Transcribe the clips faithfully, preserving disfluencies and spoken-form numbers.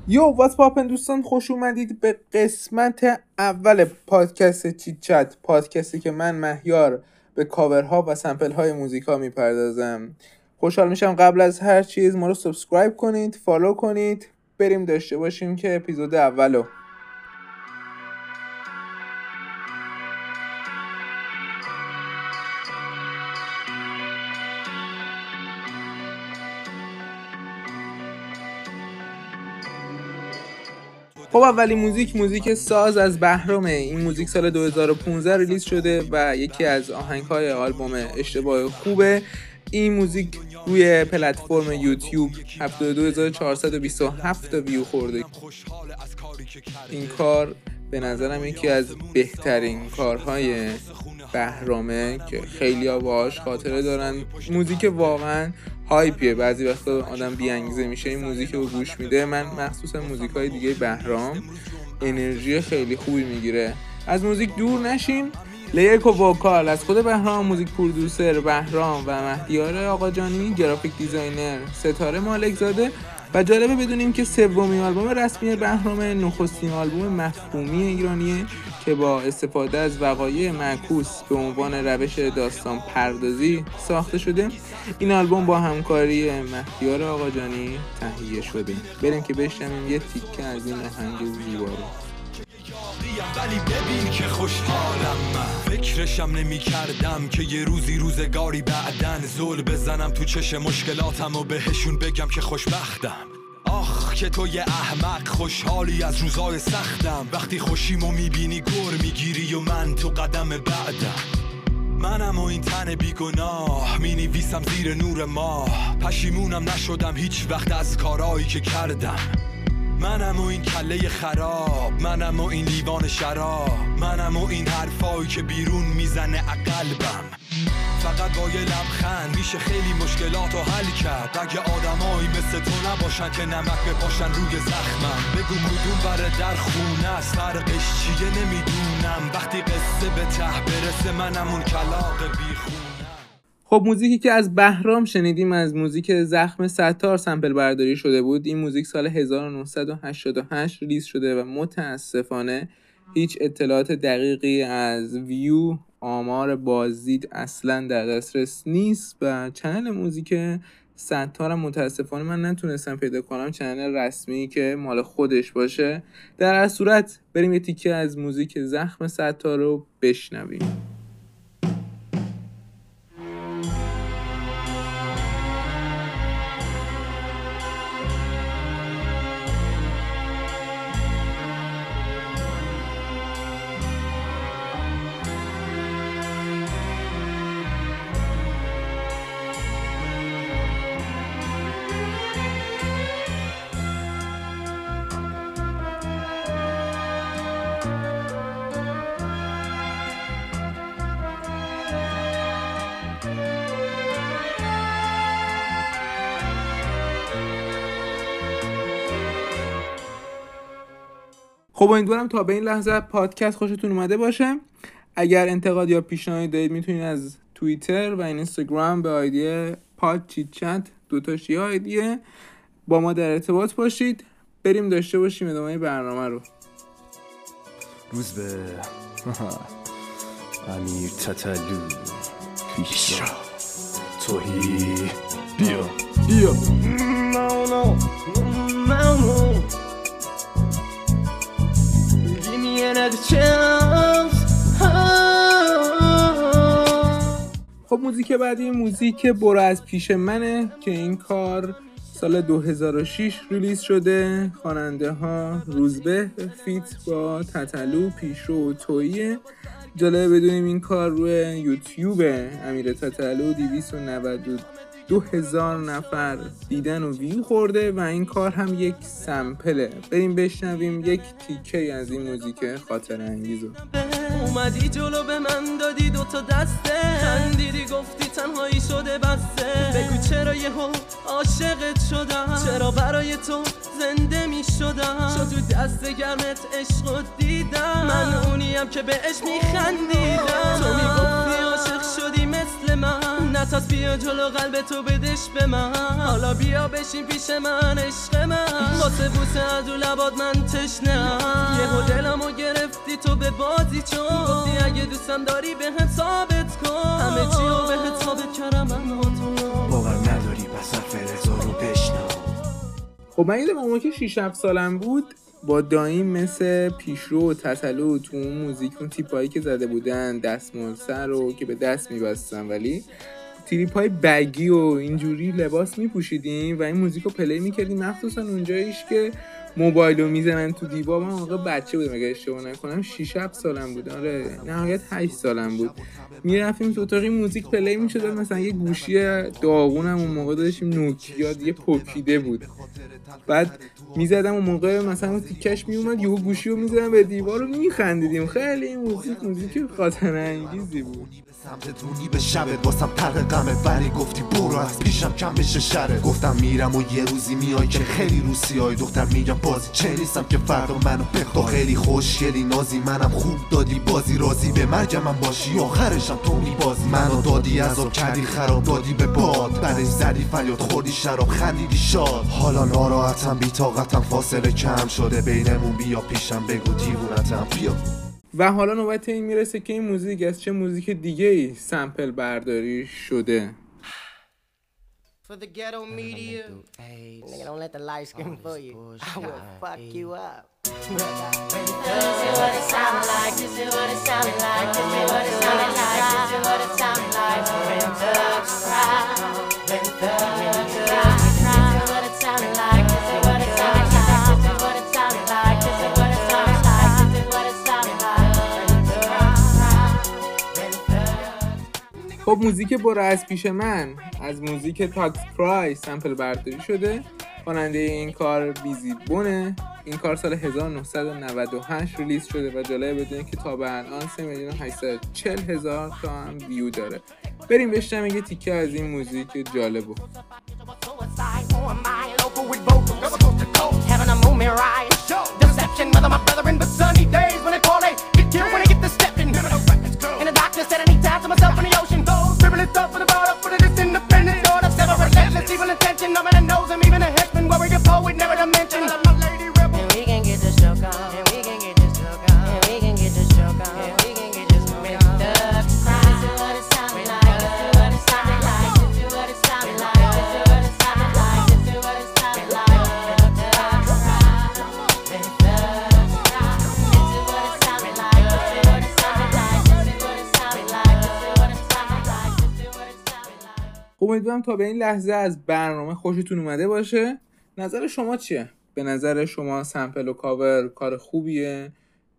یو واتس پاپن دوستان، خوش اومدید به قسمت اول پادکست چیت چت، پادکستی که من مهیار به کاورها و سمپل های موزیکا میپردازم. خوشحال میشم قبل از هر چیز ما رو سابسکرایب کنید، فالو کنید. بریم داشته باشیم که اپیزود اولو. خب اولی موزیک موزیک ساز از بهرامه. این موزیک سال دو هزار و پانزده ریلیز شده و یکی از آهنگ‌های آلبوم اشتباه خوبه. این موزیک روی پلتفرم یوتیوب هفتاد و دو هزار و چهارصد و بیست و هفت ویو خورده. این کار به نظرم یکی از بهترین کارهای بهرامه که خیلی‌ها باهاش خاطره دارن. موزیک واقعاً هایپیه، بعضی وقتا آدم بی‌انگیزه میشه این موزیک رو گوش میده. من مخصوصا موزیکای دیگه بهرام انرژی خیلی خوبی میگیره. از موزیک دور نشیم. لیریک و وکال از خود بهرام، موزیک پرودوسر بهرام و مهیار آقاجانی، گرافیک دیزاینر ستاره مالک زاده. و جالبه بدونیم که سومین آلبوم رسمی بهرام نخستین آلبوم مفهومی ایرانیه که با استفاده از وقایع معکوس به عنوان روش داستان پردازی ساخته شده. این آلبوم با همکاری مهیار آقاجانی تهیه شده. بریم که بشنویم یه تیکه از این آهنگ زیبا رو. ولی ببین که خوشحالم، من فکرشم نمی کردم که یه روزی روزگاری بعدن زل بزنم تو چش مشکلاتم و بهشون بگم که خوشبختم. آخ که تو یه احمق خوشحالی از روزای سختم، وقتی خوشیمو میبینی گر میگیری و من تو قدم بعدم. منم و این تن بیگناه مینویسم زیر نور ماه، پشیمونم نشدم هیچ وقت از کارایی که کردم. منم و این کله خراب، منم و این لیوان شراب، منم و این حرفایی که بیرون میزنه عقلبم. فقط با یه لبخند میشه خیلی مشکلاتو حل کرد. اگه آدمایی مثل تو نباشن که نمک بپاشن روی زخمم، بگو کدوم بره در خونه است، فرقش چیه نمیدونم. وقتی قصه به ته برسه منم اون کلاغ بیخونه. خب موزیکی که از بهرام شنیدیم از موزیک زخم ستار سمپل برداری شده بود. این موزیک سال هزار و نهصد و هشتاد و هشت ریلیز شده و متاسفانه هیچ اطلاعات دقیقی از ویو، آمار بازدید اصلا در دسترس نیست و چنل موزیک ستار هم متاسفانه من نتونستم پیدا کنم چنل رسمی که مال خودش باشه. در هر صورت بریم یه تیکه از موزیک زخم ستار رو بشنویم. خب امیدوارم تا به این لحظه پادکست خوشتون اومده باشه. اگر انتقاد یا پیشنهادی دارید میتونید از توییتر و اینستاگرام به آیدی پاد چیت چت، دوتاش یه آیدیه، با ما در ارتباط باشید. بریم داشته باشیم ادامه برنامه رو. روز به امیر تتلو پیشرا توهی بیا بیا ماونو ماونو give me another chance. خب موزیک بعدی موزیک برو از پیش منه که این کار سال دو هزار و شش ریلیز شده. خواننده ها روزبه فیت با تتلو، پیشرو و توییه. جالبه بدونیم این کار روی یوتیوب امیر تتلو دویست و نود و دو هزار نفر دیدن و ویو خورده و این کار هم یک سمپله. بریم بشنویم یک تیکه از این موزیک خاطره انگیزو. اومدی جلو به من دادی دوتا دسته، خندیدی گفتی تنهایی شده بسته، بگو چرا یهو عاشقت شدم، چرا برای تو زنده می شدم. شد تو دست گرمت عشق رو دیدم، من اونیم که بهش می خندیدم. تو می گفتی عاشق شدی مثل من، نتاس بیا جلو قلب تو بدش به من. حالا بیا بشین پیش من عشق من، واسه بوسه از رو لبات من تشنه‌ام. یهو دلمو گرفتی تو به بازی، چون گفتی اگه دوستم داری بهم ثابت کن. همه چی رو بهت ثابت کردم من با تو. باور نداری پس حرف رضا رو بشنو. خب من یادم اون که شش هفت سالم بود با داییم مثل پیشرو و تسلو تو اون موزیک اون تیپایی که زده بودن دستمال سر رو که به دست میبستن، ولی تریپ های بگی و اینجوری لباس میپوشیدیم و این موزیک رو پلی میکردیم، مخصوصا اونجاییش که موبایل رو میزنن تو دیوار. من موقع بچه بودم اگه اشتباه نکنم شش هفت سالم بود، آره نهایت هشت سالم بود. میرفتیم تو اتاقی موزیک پلی میشد، مثلا یه گوشی داغونم اون موقع داشتیم نوکیا دیگه پوکیده بود، بعد میزدم اون موقع مثلا اون تیکش میومد یهو گوشی رو میزدم به دیوار رو میخندیدیم. خیلی این موزیک موزیک خاطره انگیزی بود. سمت رونی به شبت واسم ترق غمت، ولی گفتی برو از پیشم کم بشه شره. گفتم میرم و یه روزی میای که خیلی روسیای دختر، میگم بازی چه نیستم که فردا منو بخواه. خیلی خوشگلی نازی منم خوب دادی بازی، راضی به مرگم من باشی آخرشم تو میبازی. منو دادی عذاب کردی خراب دادی به باد، بعدش زدی فریاد خوردی شراب خندیدی شاد. حالا ناراحتم بی طاقتم فاصله کم شده بینمون، بیا پیشم بگو دیوونتم بیا. و حالا نوبت این میرسه که این موزیک از چه موزیک دیگه ای سمپل برداری شده. For the ghetto media, nigga, don't let the light skin for you. I will fuck you up. This is what it sounded like. This is what it sounded like. This is what it sounded like. This is what it sounded like. When thugs cry, when thugs cry. This is what it sounded like. This is what it sounded like. This is what it sounded like. This is what it sounded like. This is what it sounded like. When thugs cry, when thugs. خب موزیک برو از پیش من از موزیک تاکس کرای سمپل برداری شده. خواننده این کار بیزی بونه. این کار سال هزار و نهصد و نود و هشت ریلیز شده و جالب بدونید که تا به الان سه میلیون و هشتصد و چهل هزار تا هم ویو داره. بریم بشنویم یه تیکه از این موزیک جالبو. امیدوارم تا به این لحظه از برنامه خوشتون اومده باشه. نظر شما چیه؟ به نظر شما سمپل و کاور کار خوبیه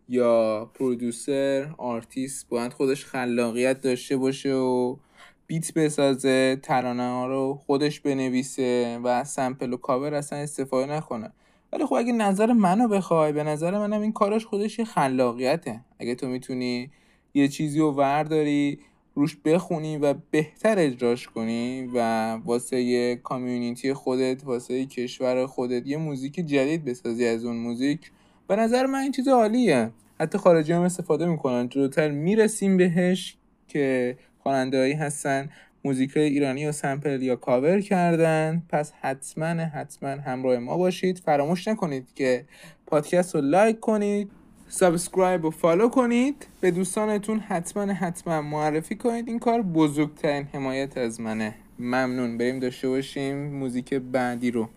یا پرودوسر آرتیست باید خودش خلاقیت داشته باشه و بیت بسازه، ترانه ها رو خودش بنویسه و سمپل و کاور اصلا استفاده نکنه؟ ولی خب اگه نظر منو بخوای، به نظر منم این کارش خودش یه خلاقیته. اگه تو میتونی یه چیزی رو ورداری روش بخونی و بهتر اجراش کنی و واسه یه کامیونیتی خودت، واسه یه کشور خودت یه موزیک جدید بسازی از اون موزیک، به نظر من این چیز عالیه. حتی خارجی هم استفاده میکنن. جلوتر میرسیم بهش که خواننده‌هایی هستن موزیکای ایرانی رو سمپل یا کاور کردن. پس حتما حتما همراه ما باشید. فراموش نکنید که پادکست رو لایک کنید، سابسکرایب و فالو کنید، به دوستانتون حتما حتما معرفی کنید. این کار بزرگترین حمایت از منه. ممنون. بریم داشته باشیم موزیک بعدی رو.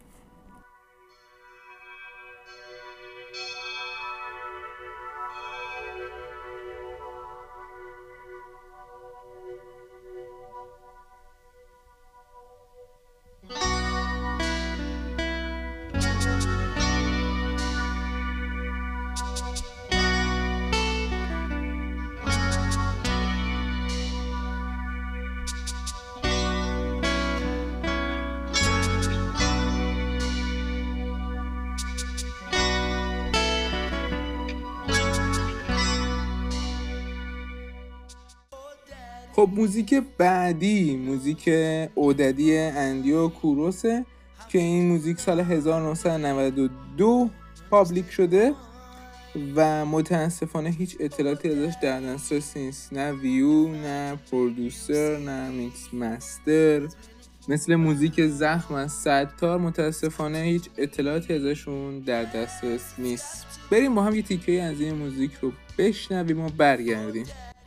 خب موزیک بعدی موزیک اوددی اندیو کوروسه که این موزیک سال هزار و نهصد و نود و دو پابلیک شده و متاسفانه هیچ اطلاعاتی ازش در دسترس نیست، نه ویو، نه پرودوسر، نه میکس مستر. مثل موزیک زخم از ستار متاسفانه هیچ اطلاعاتی ازشون در دسترس نیست. بریم با هم یه تیکه از این موزیک رو بشنویم و برگردیم.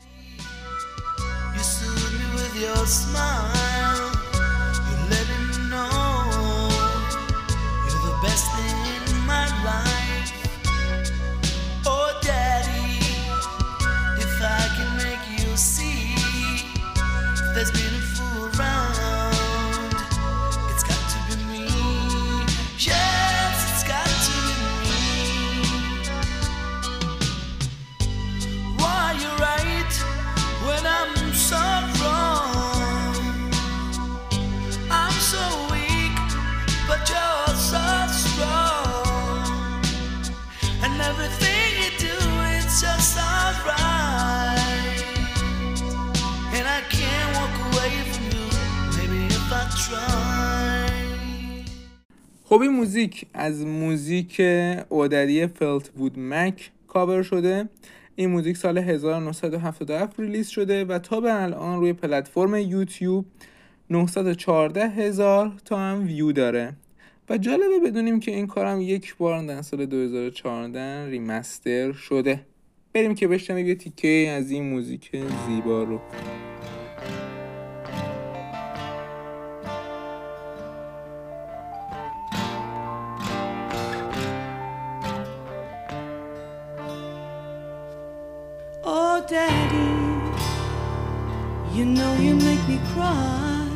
خب این موزیک از موزیک اودری فلت‌وود مک کاور شده. این موزیک سال هزار و نهصد و هفتاد و هفت ریلیز شده و تا به الان روی پلتفرم یوتیوب نهصد و چهارده هزار تا هم ویو داره و جالبه بدونیم که این کارم یک بار در سال دو هزار و چهارده ریمستر شده. بریم که بشنویم یه تیکه از این موزیک زیبا رو. Oh, Daddy, you know you make me cry.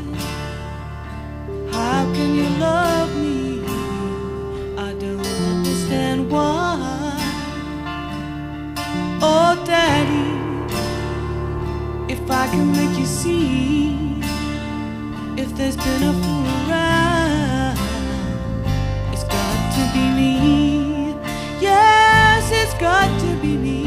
How can you love me? I don't understand why. Oh, Daddy, if I can make you see, if there's been a fool around, it's got to be me. Yes, it's got to be me.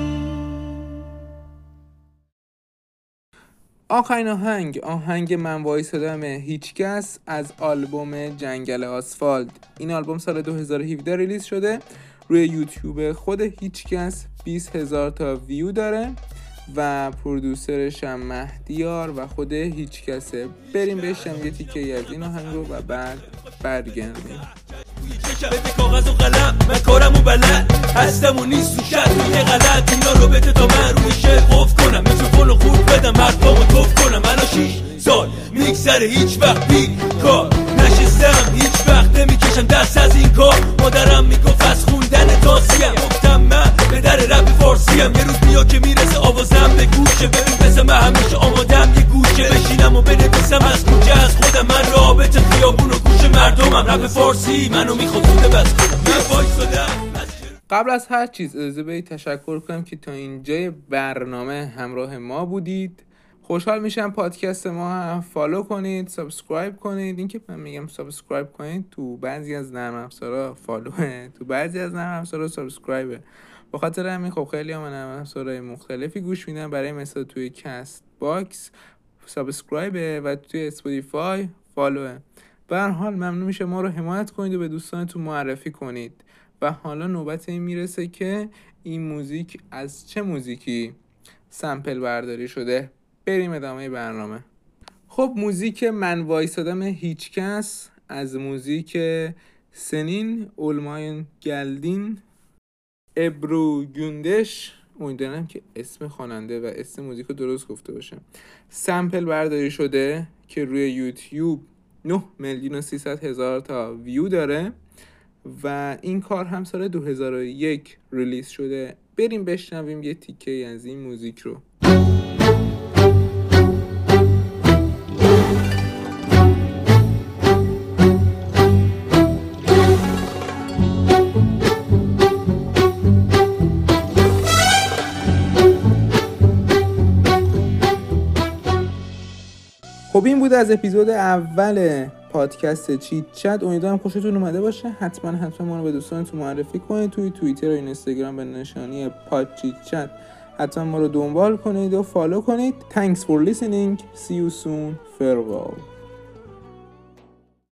آخرین آهنگ آهنگ من وایسادم هیچکس از آلبوم جنگل آسفالت. این آلبوم سال دو هزار و هفده ریلیز شده. روی یوتیوب خود هیچکس بیست هزار تا ویو داره و پرودوسرش هم مهدیار و خود هیچکسه. بریم بشنویم یه تیکه از این آهنگ رو و بعد برگردیم. بده کاغذ و قلم، من کارمو بلد هستم و نیست تو شد یه غلط اینا رو بده تا من روی شعر قف کنم میکروفون رو خورد بدم مردمو توف کنم. الان شیش سال میگذره هیچ وقت بی کار نشستم، هیچ وقت نمیکشم دست از این کار. مادرم میگفت از خوندن تاسیم، گفتم من به در رپ فارسیم. یه روز بیا که میرسه آوازم به گوشه، ببین بسه من همیشه آمادم یه گوشه بشینم و بنویسم از کوچه از خودم. من رابطه خیابون و گوش مردمم، رپ فارسی منو میخواد زوده بس کنم. من وایسادم. قبل از هر چیز اجازه بدید تشکر کنم که تا اینجای برنامه همراه ما بودید. خوشحال میشم پادکست ما هم فالو کنید، سابسکرایب کنید. این که من میگم سابسکرایب کنید تو بعضی از نرم افزارها فالوه، تو بعضی از نرم افزارها سابسکرایبه. به خاطر همین خب خیلی هم نرم افزارهای مختلفی گوش میدن. برای مثلا توی کست باکس سابسکرایبه و توی اسپاتیفای فالوه. به هر حال ممنون میشه ما رو حمایت کنید و به دوستانتون معرفی کنید. و حالا نوبت این میرسه که این موزیک از چه موزیکی سمپل برداری شده. بریم ادامه برنامه. خب موزیک من وایسادم هیچکس از موزیک سنین اولماین گلدین ابرو گوندش، امیدوارم که اسم خواننده و اسم موزیک رو درست گفته باشم، سمپل برداری شده که روی یوتیوب نه میلیون و سیصد هزار تا ویو داره و این کار هم سال دو هزار و یک ریلیز شده. بریم بشنویم یه تیکه از این موزیک رو. خب این بوده از اپیزود اول پادکست چیت چت. امیدوارم خوشتون اومده باشه. حتما حتما ما رو به دوستانتون معرفی کنید. توی توییتر و اینستاگرام به نشانی پاد چیت چت حتما ما رو دنبال کنید و فالو کنید. Thanks for listening. See you soon. Farewell.